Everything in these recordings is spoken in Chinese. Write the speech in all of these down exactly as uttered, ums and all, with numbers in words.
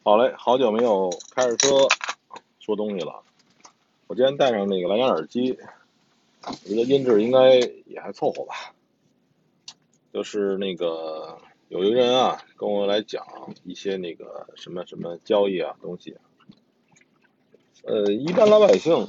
好嘞，好久没有开着车说东西了。我今天戴上那个蓝牙耳机，我觉得音质应该也还凑合吧。就是那个有一个人啊，跟我来讲一些那个什么什么交易啊东西。呃，一般老百姓，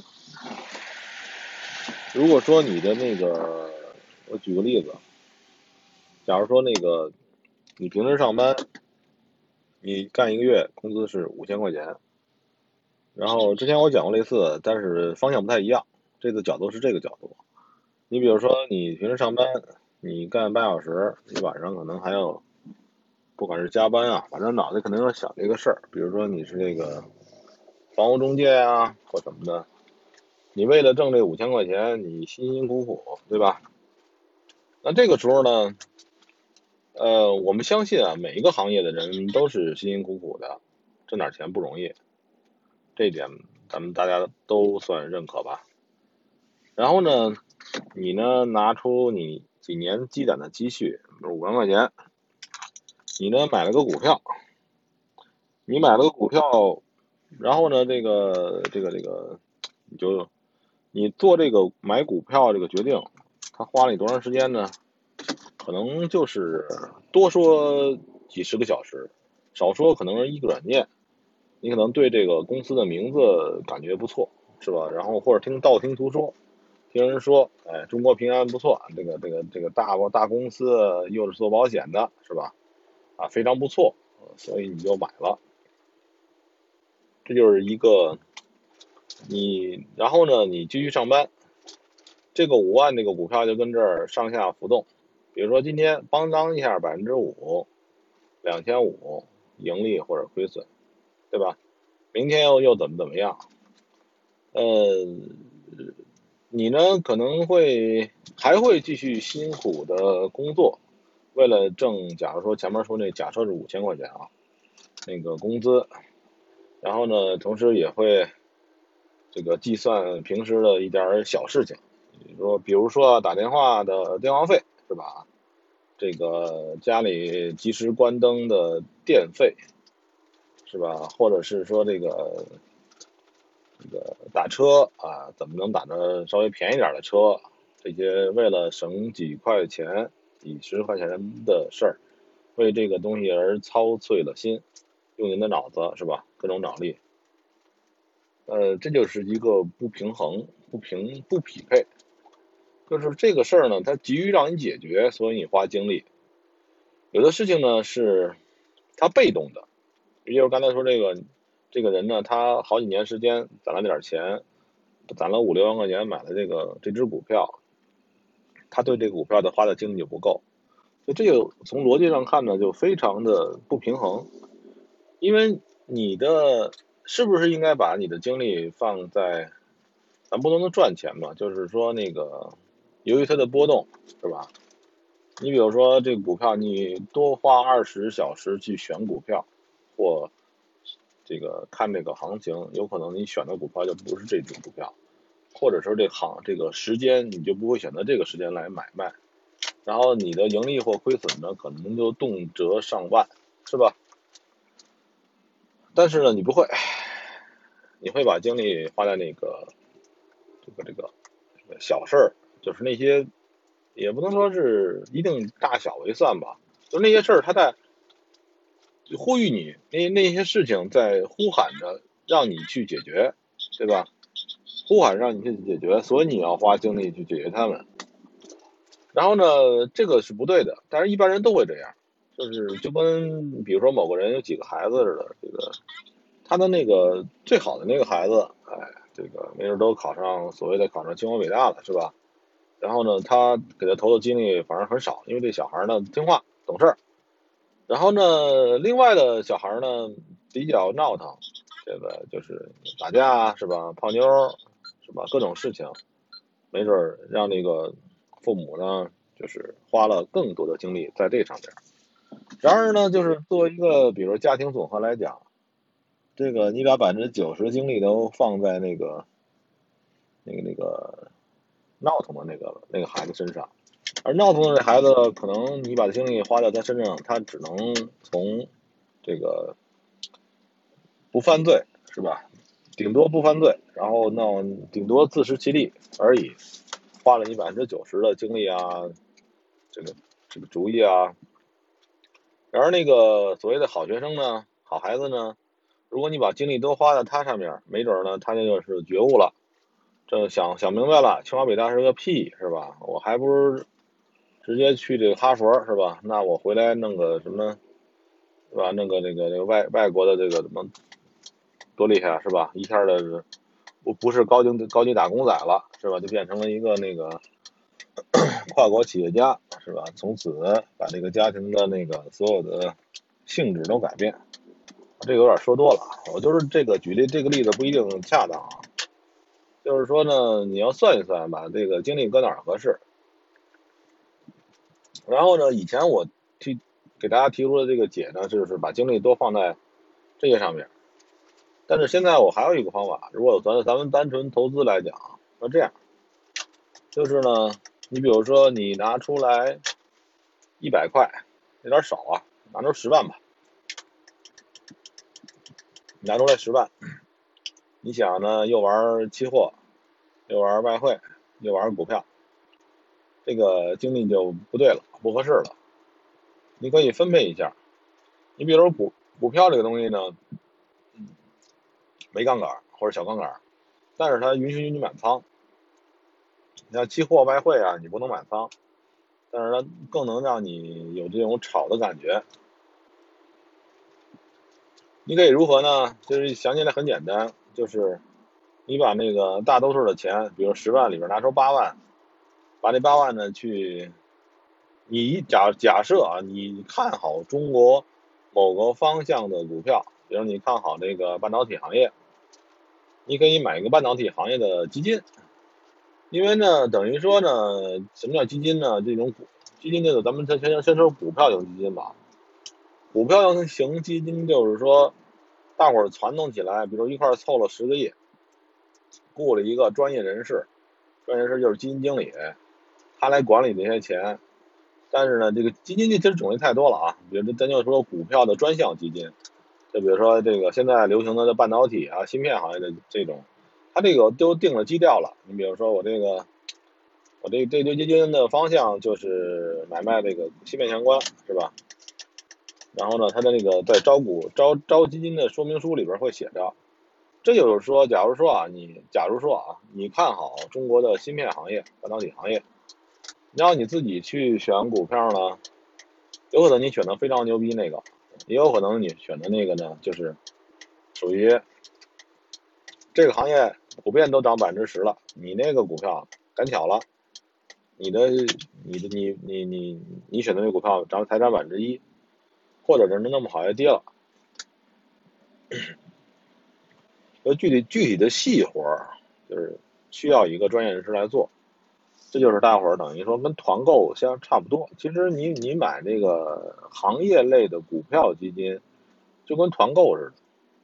如果说你的那个，我举个例子，假如说那个你平时上班，你干一个月工资是五千块钱，然后之前我讲过类似的，但是方向不太一样，这次角度是这个角度。你比如说，你平时上班，你干八小时，你晚上可能还要，不管是加班啊，反正脑袋可能要想这个事儿。比如说你是这个房屋中介啊，或什么的，你为了挣这五千块钱，你辛辛苦苦，对吧？那这个时候呢，呃，我们相信啊，每一个行业的人都是辛辛苦苦的，挣点钱不容易，这一点咱们大家都算认可吧。然后呢，你呢拿出你几年积攒的积蓄，比如五万块钱，你呢买了个股票，你买了个股票，然后呢，这个这个这个，你就你做这个买股票这个决定，他花了你多长时间呢？可能就是多说几十个小时，少说可能是一个软件，你可能对这个公司的名字感觉不错，是吧？然后或者听道听途说，听人说，哎，中国平安不错，这个这个这个大大公司又是做保险的，是吧？啊，非常不错，所以你就买了。这就是一个你，然后呢，你继续上班，这个五万这个股票就跟这儿上下浮动，比如说今天邦当一下百分之五，两千五盈利或者亏损，对吧？明天又又怎么怎么样？呃，你呢可能会还会继续辛苦的工作，为了挣，假如说前面说那假设是五千块钱啊，那个工资，然后呢，同时也会这个计算平时的一点小事情，比如说比如说打电话的电话费是吧？这个家里及时关灯的电费是吧？或者是说这个这个打车啊，怎么能打着稍微便宜点的车？这些为了省几块钱、几十块钱的事儿，为这个东西而操碎了心，用您的脑子是吧？各种脑力，呃，这就是一个不平衡、不平、不匹配。就是这个事儿呢，它急于让你解决，所以你花精力。有的事情呢是它被动的，也就是刚才说这个这个人呢，他好几年时间攒了点钱，攒了五六万块钱买了这个这只股票，他对这个股票的花的精力就不够，所以这个从逻辑上看呢，就非常的不平衡。因为你的是不是应该把你的精力放在，咱不能赚钱嘛，就是说那个由于它的波动，是吧？你比如说这个股票，你多花二十小时去选股票，或这个看这个行情，有可能你选的股票就不是这只股票，或者说这行这个时间你就不会选择这个时间来买卖，然后你的盈利或亏损呢，可能就动辄上万，是吧？但是呢，你不会，你会把精力花在那个这个这个这个小事儿，就是那些也不能说是一定大小为算吧，就那些事儿，它在呼吁你，那那些事情在呼喊着让你去解决，对吧？呼喊让你去解决，所以你要花精力去解决它们。然后呢，这个是不对的，但是一般人都会这样，就是就跟比如说某个人有几个孩子似的，这个他的那个最好的那个孩子，哎，这个没准都考上所谓的考上清华北大了，是吧？然后呢，他给他投的精力反而很少，因为这小孩呢听话懂事儿。然后呢，另外的小孩呢比较闹腾，这个就是打架是吧？泡妞是吧？各种事情，没准儿让那个父母呢，就是花了更多的精力在这上边。然而呢，就是作为一个比如家庭总和来讲，这个你把百分之九十精力都放在那个那个那个闹腾的那个那个孩子身上，而闹腾的这孩子可能你把精力花在他身上，他只能从这个不犯罪，是吧？顶多不犯罪，然后呢，顶多自食其力而已，花了你百分之九十的精力啊，这个这个主意啊。然而那个所谓的好学生呢，好孩子呢，如果你把精力都花在他上面，没准呢，他就是觉悟了，这想想明白了，清华北大是个屁，是吧？我还不如直接去这个哈佛，是吧？那我回来弄个什么，是吧？弄个那个那个外外国的这个怎么多厉害啊，是吧？一下的不不是高级高级打工仔了，是吧？就变成了一个那个跨国企业家，是吧？从此把这个家庭的那个所有的性质都改变。这个有点说多了，我就是这个举例这个例子不一定恰当啊。就是说呢，你要算一算，把这个精力搁哪儿合适。然后呢，以前我提给大家提出的这个解呢，就是把精力多放在这些上面。但是现在我还有一个方法，如果咱咱们单纯投资来讲，那这样，就是呢，你比如说你拿出来一百块，有点少啊，拿出十万吧，拿出来十万，你想呢，又玩期货，又玩外汇，又玩股票，这个精力就不对了，不合适了。你可以分配一下，你比如说股股票这个东西呢，没杠杆或者小杠杆，但是它允许你满仓。像期货、外汇啊，你不能满仓，但是它更能让你有这种炒的感觉。你可以如何呢？就是想起来很简单，就是你把那个大多数的钱，比如十万里边拿出八万，把那八万呢去，你假假设啊，你看好中国某个方向的股票，比如你看好这个半导体行业，你可以买一个半导体行业的基金。因为呢，等于说呢，什么叫基金呢？这种股基金就是咱们先先先说股票型基金吧。股票型基金就是说，大伙儿攒动起来，比如一块凑了十个亿，雇了一个专业人士，专业人士就是基金经理，他来管理这些钱。但是呢，这个基金其实种类太多了啊，比如咱就说股票的专项基金，就比如说这个现在流行的半导体啊、芯片行业的这种，它这个都定了基调了。你比如说我这个。我这这堆基金的方向就是买卖这个芯片相关，是吧？然后呢，它的那个在招股招招基金的说明书里边会写着，这就是说，假如说啊，你假如说啊，你看好中国的芯片行业、半导体行业，然后你自己去选股票呢，有可能你选的非常牛逼那个，也有可能你选的那个呢，就是属于这个行业普遍都涨百分之十了，你那个股票赶巧了。你的你的你你你你选的那个股票涨才涨百分之一，或者是那么好也跌了。呃，具体具体的细活儿，就是需要一个专业人士来做。这就是大伙儿等于说跟团购相差不多。其实你你买这个行业类的股票基金，就跟团购似的。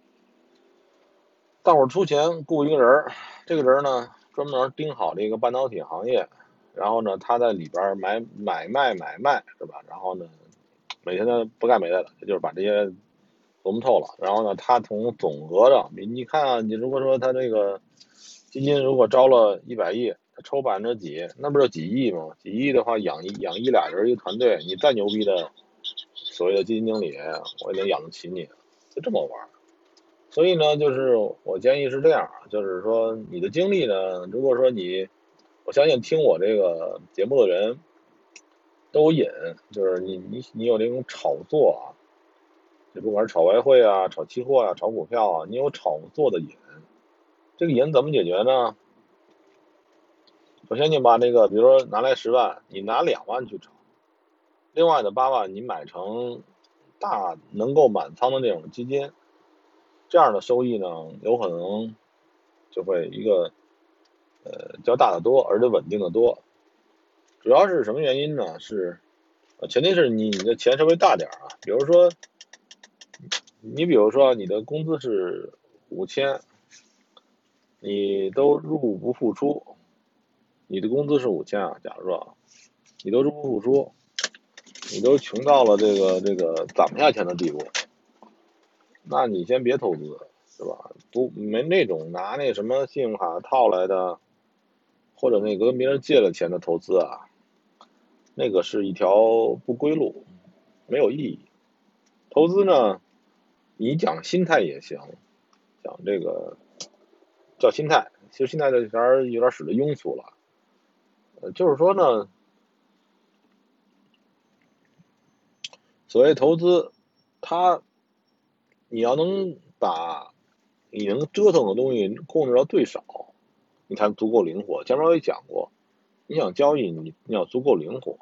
大伙儿出钱雇一个人儿，这个人呢专门盯好这个半导体行业，然后呢他在里边买买卖买卖，是吧？然后呢每天呢不干别的了，就是把这些琢磨透了。然后呢，他从总额上，你你看啊，你如果说他这个基金如果招了一百亿，他抽百分之几，那不就几亿吗？几亿的话，养一养一俩人一个团队，你再牛逼的所谓的基金经理，我也能养得起你，就这么玩。所以呢，就是我建议是这样，就是说你的精力呢，如果说你，我相信听我这个节目的人都有瘾，就是你你你有这种炒作啊，就不管是炒外汇啊、炒期货啊、炒股票啊，你有炒作的瘾，这个瘾怎么解决呢？首先你把那个，比如说拿来十万，你拿两万去炒，另外的八万你买成大能够满仓的那种基金，这样的收益呢，有可能就会一个呃较大的多，而且稳定的多。主要是什么原因呢？是呃前提是你你的钱稍微大点啊，比如说你比如说你的工资是五千，你都入不敷出，你的工资是五千啊，假如说啊，你都入不敷出，你都穷到了这个这个攒不下钱的地步，那你先别投资， 是吧？不没那种拿那什么信用卡套来的，或者那个跟别人借了钱的投资啊，那个是一条不归路，没有意义。投资呢，你讲心态也行，讲这个叫心态，其实心态这词儿有点使得庸俗了。呃，就是说呢，所谓投资，它你要能把你能折腾的东西控制到最少，你才足够灵活。前面我也讲过，你想交易，你你要足够灵活，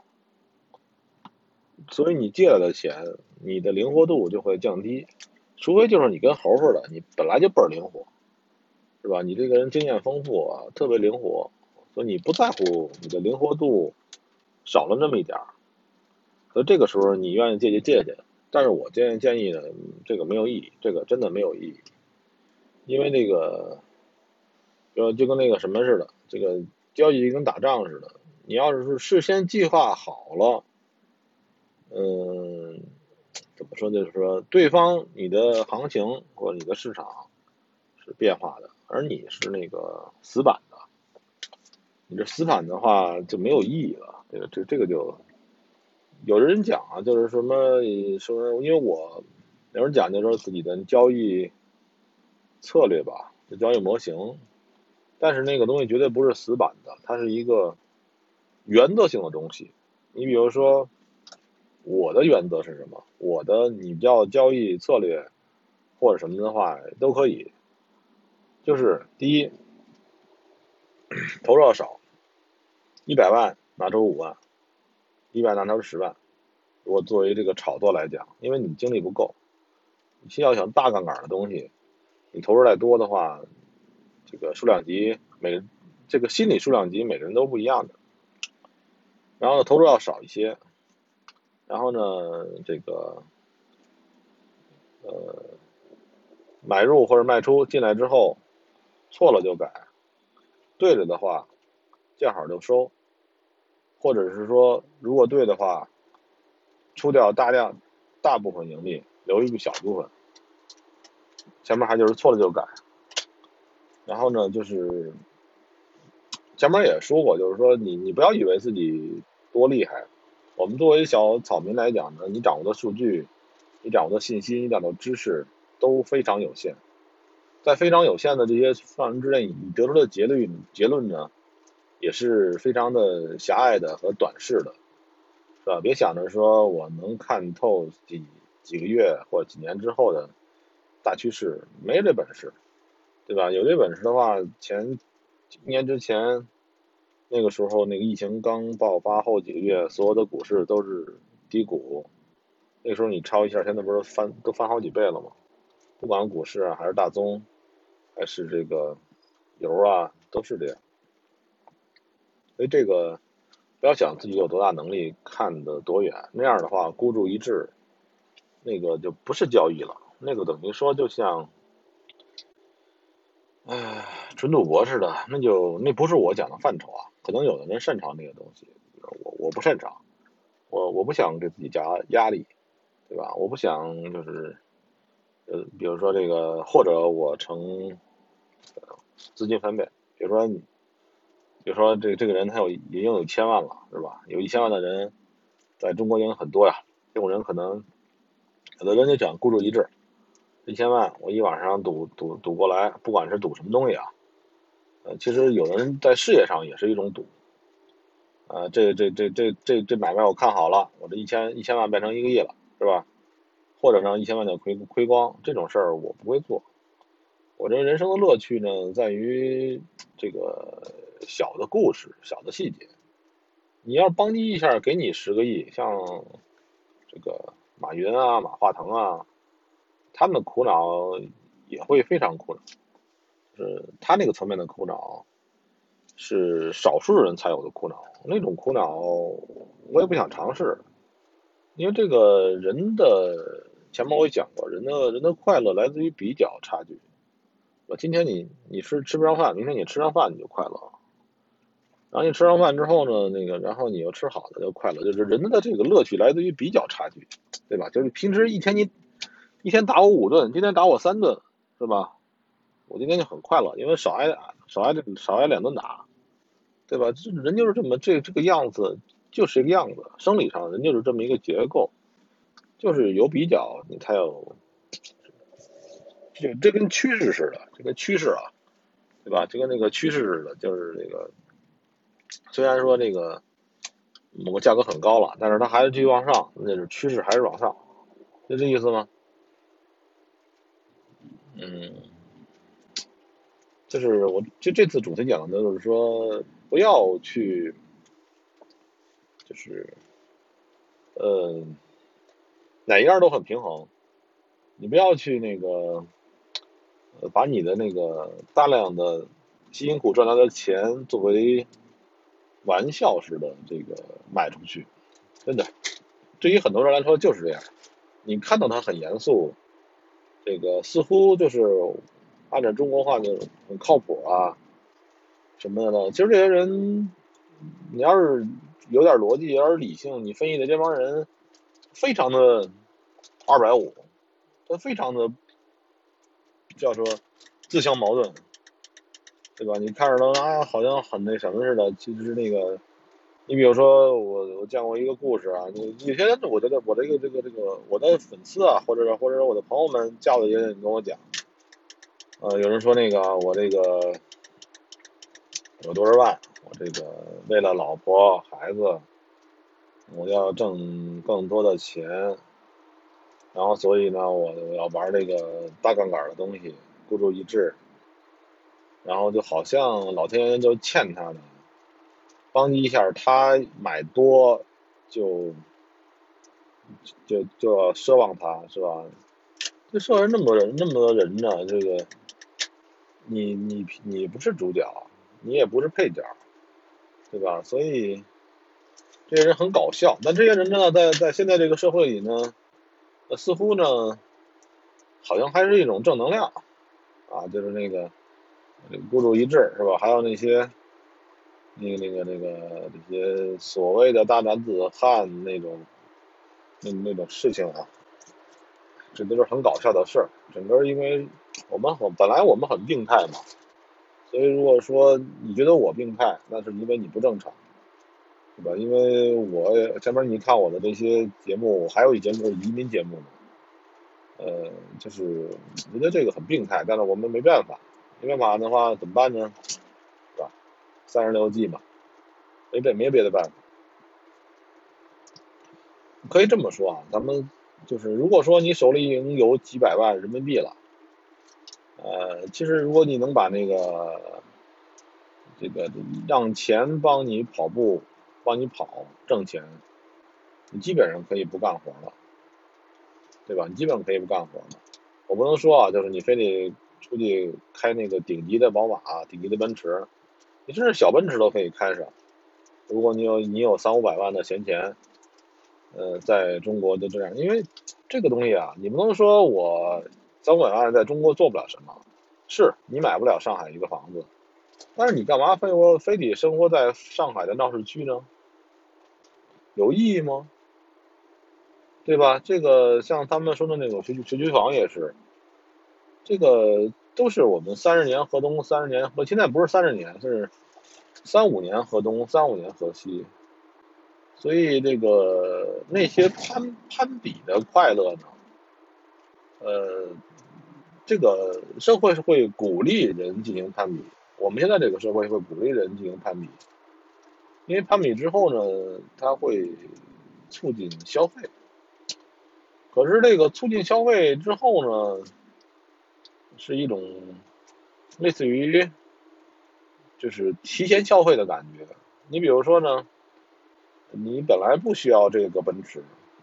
所以你借来的钱，你的灵活度就会降低，除非就是你跟猴似的，你本来就倍儿灵活，是吧？你这个人经验丰富啊，特别灵活，所以你不在乎你的灵活度少了那么一点儿，所以这个时候你愿意借就借借。但是我建议建议呢，这个没有意义，这个真的没有意义，因为这个就就跟那个什么似的，这个交易跟打仗似的，你要是事先计划好了，嗯，怎么说就是说，对方你的行情或者你的市场是变化的，而你是那个死板的，你这死板的话就没有意义了。这个这这个就有人讲啊，就是什么说，因为我有人讲就是说自己的交易策略吧，就交易模型，但是那个东西绝对不是死板的，它是一个原则性的东西。你比如说，我的原则是什么？我的你叫交易策略或者什么的话都可以，就是第一，投入要少，一百万拿出五万，一百拿出十万。如果作为这个炒作来讲，因为你精力不够，你需要想大杠杆的东西，你投入再多的话，这个数量级每这个心理数量级每个人都不一样的。然后呢，投入要少一些，然后呢，这个呃买入或者卖出进来之后，错了就改，对了的话见好就收，或者是说如果对的话，出掉大量大部分盈利，留一个小部分，前面还就是错了就改。然后呢，就是前面也说过，就是说你你不要以为自己多厉害，我们作为小草民来讲呢，你掌握的数据，你掌握的信息，你掌握的知识都非常有限，在非常有限的这些范围之内，你得出的结论结论呢，也是非常的狭隘的和短视的，是吧？别想着说我能看透几几个月或几年之后的大趋势，没这本事，对吧？有这本事的话，前一年之前那个时候，那个疫情刚爆发后几个月，所有的股市都是低谷，那个时候你抄一下，现在不是翻都翻好几倍了吗？不管股市啊，还是大宗，还是这个油啊，都是这样。所以这个不要想自己有多大能力，看得多远，那样的话孤注一掷，那个就不是交易了，那个等于说就像，唉，纯赌博似的，那就那不是我讲的范畴啊。可能有的人擅长那个东西，我我不擅长，我我不想给自己加压力，对吧？我不想就是呃，比如说这个，或者我成资金翻倍，比如说你，比如说这这个人他有已经有千万了，是吧？有一千万的人在中国已经很多呀，这种人可能有的人就讲孤注一掷，一千万我一晚上赌赌赌过来，不管是赌什么东西啊，呃，其实有人在事业上也是一种赌，呃，这这这这这这买卖我看好了，我这一千一千万变成一个亿了，是吧？或者让一千万就亏亏光，这种事儿我不会做。我这人生的乐趣呢，在于这个小的故事、小的细节。你要邦击一下，给你十个亿，像这个马云啊、马化腾啊，他们的苦恼也会非常苦恼，就是他那个层面的苦恼是少数人才有的苦恼，那种苦恼我也不想尝试，因为这个人的前面我也讲过，人的人的快乐来自于比较差距。我今天你你吃吃不上饭，明天你吃上饭你就快乐，然后你吃上饭之后呢，那个然后你又吃好的就快乐，就是人的这个乐趣来自于比较差距，对吧？就是平时一天你一天打我五顿，今天打我三顿，是吧？ 我今天就很快乐，因为少挨少挨少挨两顿打，对吧？这人就是这么这这个样子，就是一个样子，生理上人就是这么一个结构，就是有比较你才有，就这跟趋势似的，这个趋势啊，对吧？就跟那个趋势似的，就是这个虽然说这个某个价格很高了，但是它还是继续往上，那是趋势还是往上，就这意思吗？嗯，就是我就这次主题讲的就是说，不要去，就是呃哪一样都很平衡，你不要去那个呃把你的那个大量的辛苦赚来的钱作为玩笑似的这个卖出去，真的，对于很多人来说就是这样。你看到他很严肃，这个似乎就是按照中国话就很靠谱啊什么的呢。其实这些人，你要是有点逻辑，有点理性，你分析的这帮人非常的二百五，他非常的叫说自相矛盾，对吧？你看着他啊，好像很那什么似的，其实那个，你比如说我我见过一个故事啊，你有些我觉得我这个这个这个我的粉丝啊，或者或者我的朋友们叫的一些人跟我讲，呃，有人说那个我这个有多少万，我这个为了老婆孩子，我要挣更多的钱，然后所以呢，我要玩这个大杠杆的东西，孤注一掷，然后就好像老天爷就欠他的，帮一下他买多，就就就要奢望他是吧？这社会上那么多人，那么多人呢，这个你你你不是主角，你也不是配角，对吧？所以这些人很搞笑，但这些人呢，在在现在这个社会里呢，呃似乎呢，好像还是一种正能量啊，就是那个孤注一掷是吧？还有那些那个那个那个这些所谓的大男子汉那种那那种事情啊，这都是很搞笑的事儿。整个因为我们很本来我们很病态嘛，所以如果说你觉得我病态，那是因为你不正常，对吧？因为我前面你看我的这些节目，我还有一节目是移民节目嘛，呃，就是觉得这个很病态，但是我们没办法，没办法的话怎么办呢？是吧？三十六计嘛，没别没别的办法。可以这么说啊，咱们就是如果说你手里已经有几百万人民币了，呃，其实如果你能把那个这个让钱帮你跑步，帮你跑挣钱，你基本上可以不干活了，对吧？你基本上可以不干活了。我不能说啊，就是你非得出去开那个顶级的宝马、顶级的奔驰，你甚至小奔驰都可以开上。如果你有你有三五百万的闲钱，呃，在中国就这样，因为这个东西啊，你不能说我三五百万在中国做不了什么，是你买不了上海一个房子，但是你干嘛非我非得生活在上海的闹市区呢？有意义吗？对吧？这个像他们说的那种学区学区房也是，这个都是我们三十年河东，三十年河，现在不是三十年，是三五年河东，三五年河西。所以这个那些攀攀比的快乐呢，呃，这个社会是会鼓励人进行攀比。我们现在这个社会会鼓励人进行攀比，因为攀比之后呢，它会促进消费。可是这个促进消费之后呢，是一种类似于就是提前消费的感觉。你比如说呢，你本来不需要这个奔驰，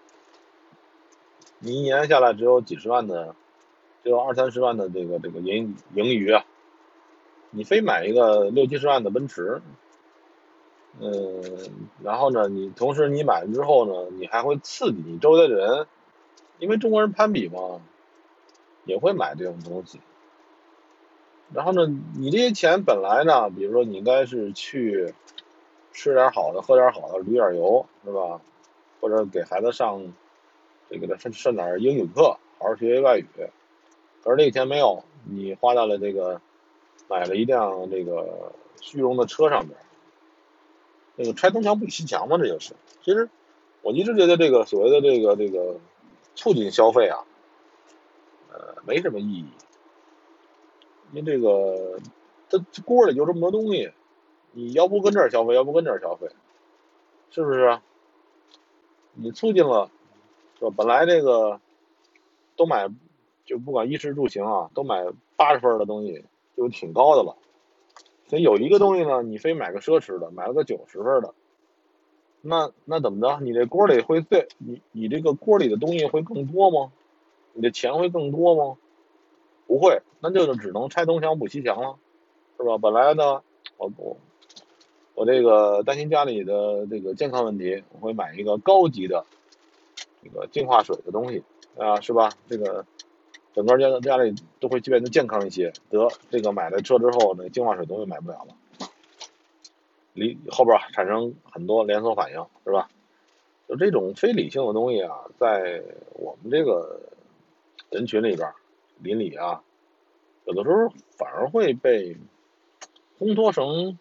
你一年下来只有几十万的，只有二三十万的这个这个盈盈余啊，你非买一个六七十万的奔驰，嗯，然后呢，你同时你买了之后呢，你还会刺激你周围的人，因为中国人攀比嘛，也会买这种东西。然后呢，你这些钱本来呢，比如说你应该是去吃点好的，喝点好的，旅点游，是吧？或者给孩子上这个上上点英语课，好好学学外语。可是这个钱没有， 你花到了这个买了一辆这个虚荣的车上边，那个拆东墙补西墙嘛，这就是。其实我一直觉得这个所谓的这个这个促进消费啊，呃，没什么意义。因为这个它锅里就这么多东西，你要不跟这儿消费，要不跟这儿消费，是不是啊？你促进了，是吧？本来这个都买，就不管衣食住行啊，都买八十分的东西就挺高的了。所以有一个东西呢，你非买个奢侈的，买了个九十分的，那那怎么着？你这锅里会最你你这个锅里的东西会更多吗？你的钱会更多吗？不会，那就只能拆东墙补西墙了，是吧？本来呢，我我我这个担心家里的这个健康问题，我会买一个高级的这个净化水的东西啊，是吧？这个整个家家里都会变得健康一些。得这个买了车之后，那净化水东西买不了了，离后边产生很多连锁反应，是吧？就这种非理性的东西啊，在我们这个人群里边，邻里啊，有的时候反而会被烘托成，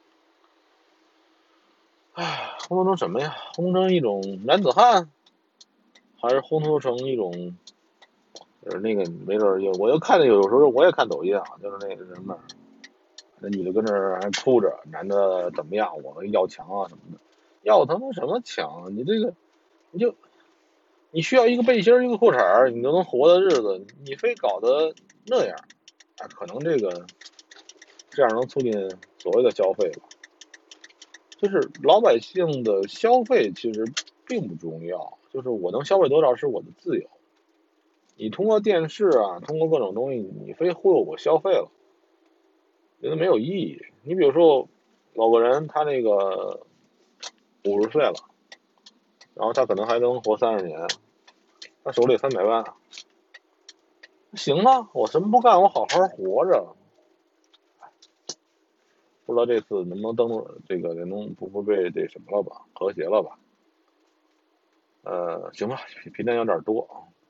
唉，烘托成什么呀？烘托成一种男子汉，还是烘托成一种，就是那个没准有，我又看见有时候我也看抖音啊，就是那个什么，那女的跟那儿还哭着，男的怎么样？我要强啊什么的，要他妈什么强？你这个，你就你需要一个背心一个裤衩你都能活的日子，你非搞得那样，啊，可能这个这样能促进所谓的消费吧。就是老百姓的消费其实并不重要，就是我能消费多少是我的自由。你通过电视啊，通过各种东西，你非忽悠我消费了，觉得没有意义。你比如说，某个人他那个五十岁了，然后他可能还能活三十年，他手里三百万，行啊，我什么不干，我好好活着。不知道这次能不能登录这个能不会被这什么了吧，和谐了吧？呃，行吧，评论有点多。